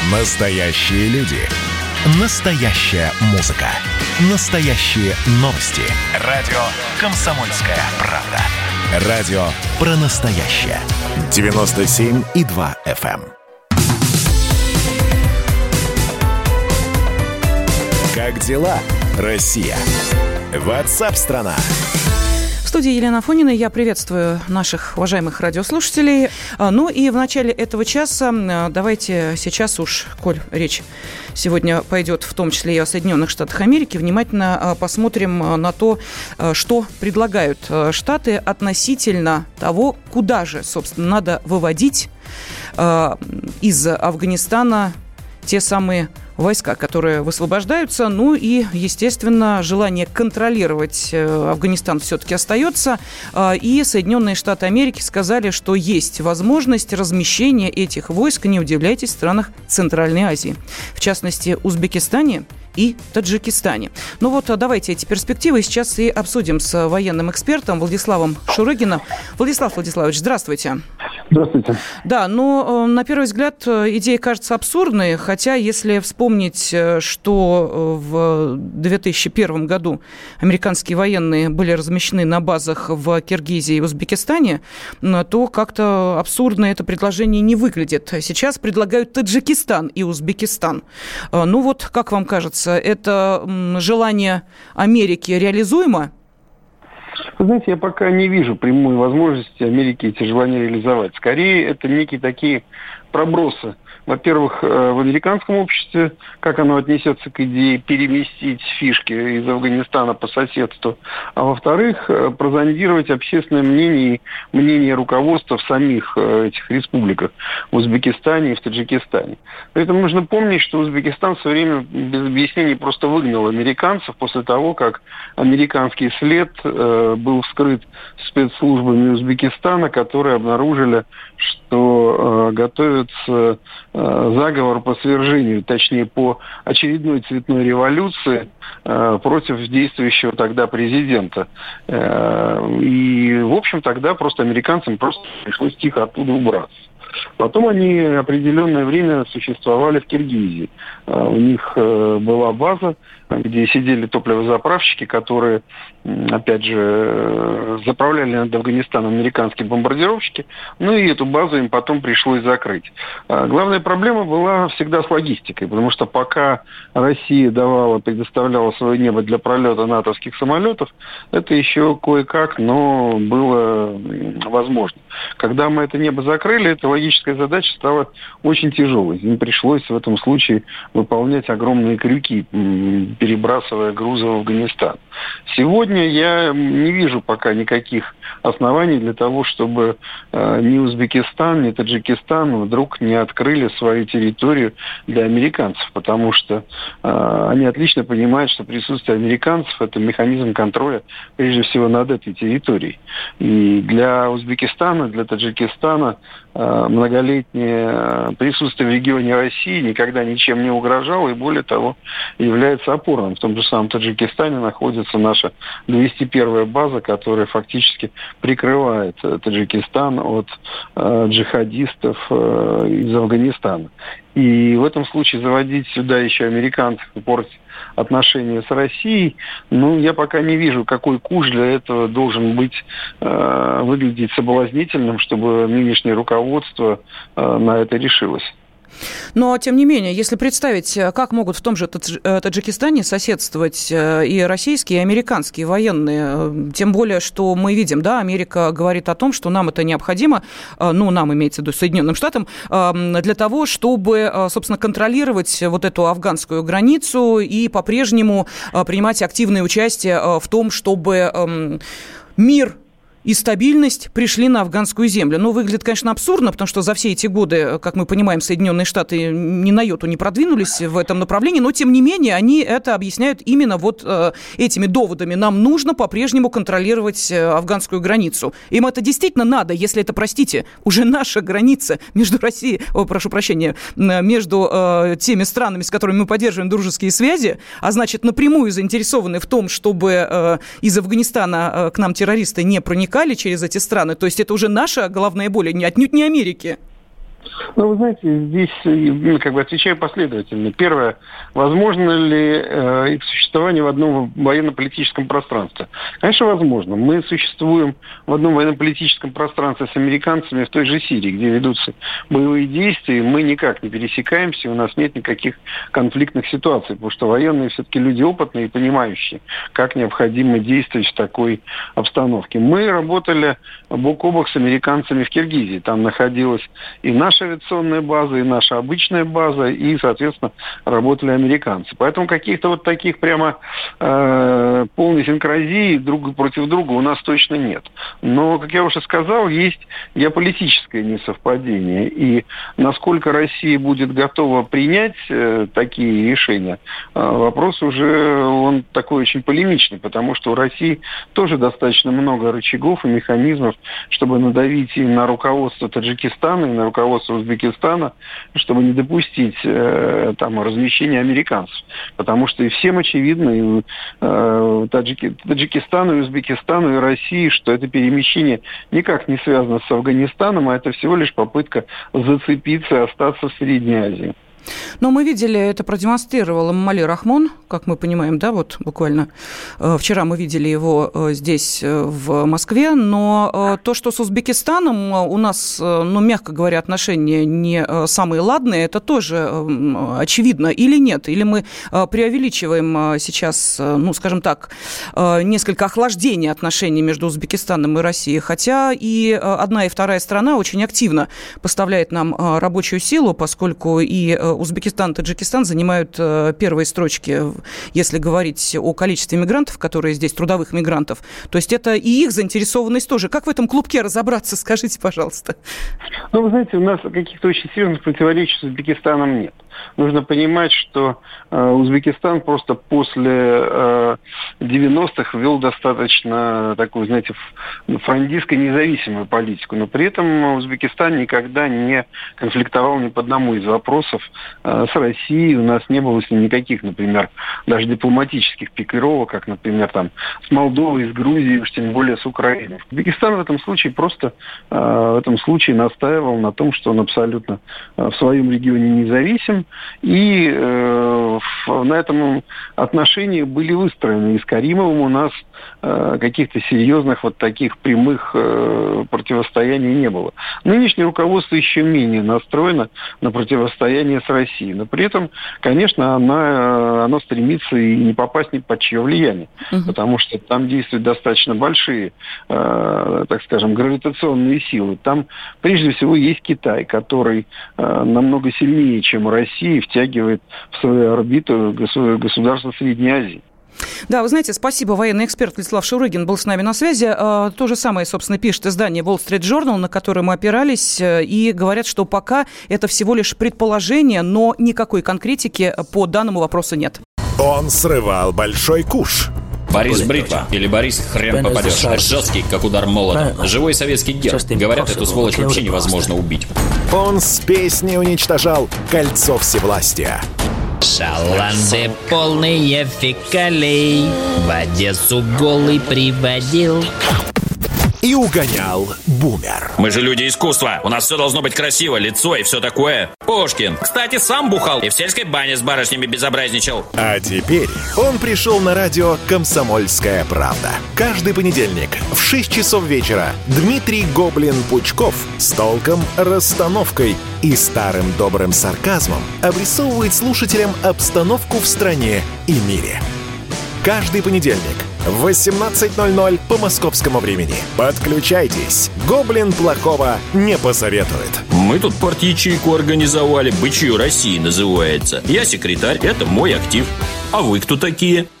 Настоящие люди. Настоящая музыка. Настоящие новости. Радио «Комсомольская правда». Радио про настоящее. 97,2 FM. Как дела, Россия? WhatsApp-страна. В студии Елена Афонина. Я приветствую наших уважаемых радиослушателей. Ну и в начале этого часа давайте сейчас уж, коль речь сегодня пойдет в том числе и о Соединенных Штатах Америки, внимательно посмотрим на то, что предлагают Штаты относительно того, куда же, собственно, надо выводить из Афганистана те самые войска, которые высвобождаются. Ну и, естественно, желание контролировать Афганистан все-таки остается. И Соединенные Штаты Америки сказали, что есть возможность размещения этих войск, не удивляйтесь, в странах Центральной Азии. В частности, Узбекистане и Таджикистане. Ну вот, давайте эти перспективы сейчас и обсудим с военным экспертом Владиславом Шурыгиным. Владислав Владиславович, здравствуйте. Здравствуйте. Да, но на первый взгляд идея кажется абсурдной, хотя если вспомнить, что в 2001 году американские военные были размещены на базах в Киргизии и Узбекистане, то как-то абсурдно это предложение не выглядит. Сейчас предлагают Таджикистан и Узбекистан. Ну вот, как вам кажется, это желание Америки реализуемо? Вы знаете, я пока не вижу прямой возможности Америки эти желания реализовать. Скорее, это некие такие пробросы. Во-первых, в американском обществе, как оно отнесется к идее переместить фишки из Афганистана по соседству, а во-вторых, прозондировать общественное мнение и мнение руководства в самих этих республиках, в Узбекистане и в Таджикистане. При этом нужно помнить, что Узбекистан в свое время без объяснений просто выгнал американцев после того, как американский след был вскрыт спецслужбами Узбекистана, которые обнаружили, что готовится заговор по свержению, точнее, по очередной цветной революции против действующего тогда президента. И, в общем, тогда просто американцам просто пришлось тихо оттуда убраться. Потом они определенное время существовали в Киргизии. У них была база, где сидели топливозаправщики, которые, опять же, заправляли над Афганистаном американские бомбардировщики. Ну и эту базу им потом пришлось закрыть. Главная проблема была всегда с логистикой, потому что пока Россия предоставляла свое небо для пролета натовских самолетов, это еще кое-как, но было возможно. Когда мы это небо закрыли, эта логическая задача стала очень тяжелой. Им пришлось в этом случае выполнять огромные крюки, перебрасывая грузы в Афганистан. Сегодня я не вижу пока никаких оснований для того, чтобы ни Узбекистан, ни Таджикистан вдруг не открыли свою территорию для американцев, потому что они отлично понимают, что присутствие американцев – это механизм контроля, прежде всего, над этой территорией. И для Узбекистана, для Таджикистана многолетнее присутствие в регионе России никогда ничем не угрожало и, более того, является опорным. В том же самом Таджикистане находится наша 201-я база, которая фактически прикрывает Таджикистан от джихадистов из Афганистана. И в этом случае заводить сюда еще американцев и портить отношения с Россией, я пока не вижу, какой куш для этого должен быть, выглядеть соблазнительным, чтобы нынешнее руководство на это решилось. Но, тем не менее, если представить, как могут в том же Таджикистане соседствовать и российские, и американские военные, тем более, что мы видим, да, Америка говорит о том, что нам это необходимо, нам имеется в виду Соединенным Штатам, для того, чтобы, собственно, контролировать вот эту афганскую границу и по-прежнему принимать активное участие в том, чтобы мир и стабильность пришли на афганскую землю. Выглядит, конечно, абсурдно, потому что за все эти годы, как мы понимаем, Соединенные Штаты ни на йоту не продвинулись в этом направлении, но, тем не менее, они это объясняют именно вот этими доводами. Нам нужно по-прежнему контролировать афганскую границу. Им это действительно надо, если это, простите, уже наша граница между Россией, между теми странами, с которыми мы поддерживаем дружеские связи, а значит, напрямую заинтересованы в том, чтобы из Афганистана к нам террористы не проникали через эти страны. То есть это уже наша головная боль, отнюдь не Америки. Ну, вы знаете, здесь отвечаю последовательно. Первое, возможно ли их существование в одном военно-политическом пространстве? Конечно, возможно. Мы существуем в одном военно-политическом пространстве с американцами в той же Сирии, где ведутся боевые действия, и мы никак не пересекаемся, у нас нет никаких конфликтных ситуаций, потому что военные все-таки люди опытные и понимающие, как необходимо действовать в такой обстановке. Мы работали бок о бок с американцами в Киргизии. Там находилась и наша авиационная база, и наша обычная база, и, соответственно, работали американцы. Поэтому каких-то вот таких прямо полной синкразии друг против друга у нас точно нет. Но, как я уже сказал, есть геополитическое несовпадение. И насколько Россия будет готова принять такие решения, вопрос уже он такой очень полемичный, потому что у России тоже достаточно много рычагов и механизмов, чтобы надавить и на руководство Таджикистана, и на руководство Узбекистана, чтобы не допустить размещения американцев. Потому что и всем очевидно, и Таджикистану, и Узбекистану, и России, что это перемещение никак не связано с Афганистаном, а это всего лишь попытка зацепиться и остаться в Средней Азии. Но мы видели, это продемонстрировал Эмомали Рахмон, как мы понимаем, да, вот буквально вчера мы видели его здесь, в Москве, но то, что с Узбекистаном у нас, мягко говоря, отношения не самые ладные, это тоже очевидно или нет? Или мы преувеличиваем сейчас, скажем так, несколько охлаждения отношений между Узбекистаном и Россией, хотя и одна, и вторая страна очень активно поставляет нам рабочую силу, поскольку и Узбекистан и Таджикистан занимают первые строчки, если говорить о количестве мигрантов, которые здесь, трудовых мигрантов. То есть это и их заинтересованность тоже. Как в этом клубке разобраться, скажите, пожалуйста? Вы знаете, у нас каких-то очень серьезных противоречий с Узбекистаном нет. Нужно понимать, что Узбекистан просто после 90-х вел достаточно такую, знаете, фрондистско независимую политику. Но при этом Узбекистан никогда не конфликтовал ни по одному из вопросов с Россией. У нас не было с ним никаких, например, даже дипломатических пикировок, как, например, с Молдовой, с Грузией, уж тем более с Украиной. Узбекистан в этом случае просто настаивал на том, что он абсолютно в своем регионе независим. И на этом отношения были выстроены. И с Каримовым у нас каких-то серьезных таких прямых противостояний не было. Нынешнее руководство еще менее настроено на противостояние с Россией. Но при этом, конечно, оно стремится и не попасть ни под чье влияние. Потому что там действуют достаточно большие, так скажем, гравитационные силы. Там, прежде всего, есть Китай, который намного сильнее, чем Россия, втягивает в свою орбиту государства Средней Азии. Да, вы знаете, спасибо. Военный эксперт Владислав Шурыгин был с нами на связи. То же самое, собственно, пишет издание Wall Street Journal, на которое мы опирались, и говорят, что пока это всего лишь предположение, но никакой конкретики по данному вопросу нет. Он срывал большой куш. Борис Бритва или Борис хрен попадешь. Жесткий, как удар молотом. Живой советский герб. Говорят, эту сволочь вообще невозможно убить. Он с песней уничтожал кольцо всевластия. Шаланды полные фекалей в Одессу голый приводил. И угонял бумер. Мы же люди искусства. У нас все должно быть красиво, лицо и все такое. Пушкин, кстати, сам бухал и в сельской бане с барышнями безобразничал. А теперь он пришел на радио «Комсомольская правда». Каждый понедельник в 6 часов вечера Дмитрий Гоблин-Пучков с толком, расстановкой и старым добрым сарказмом обрисовывает слушателям обстановку в стране и мире. Каждый понедельник в 18:00 по московскому времени. Подключайтесь. Гоблин плохого не посоветует. Мы тут парт-ячейку организовали. «Бычью России» называется. Я секретарь, это мой актив. А вы кто такие?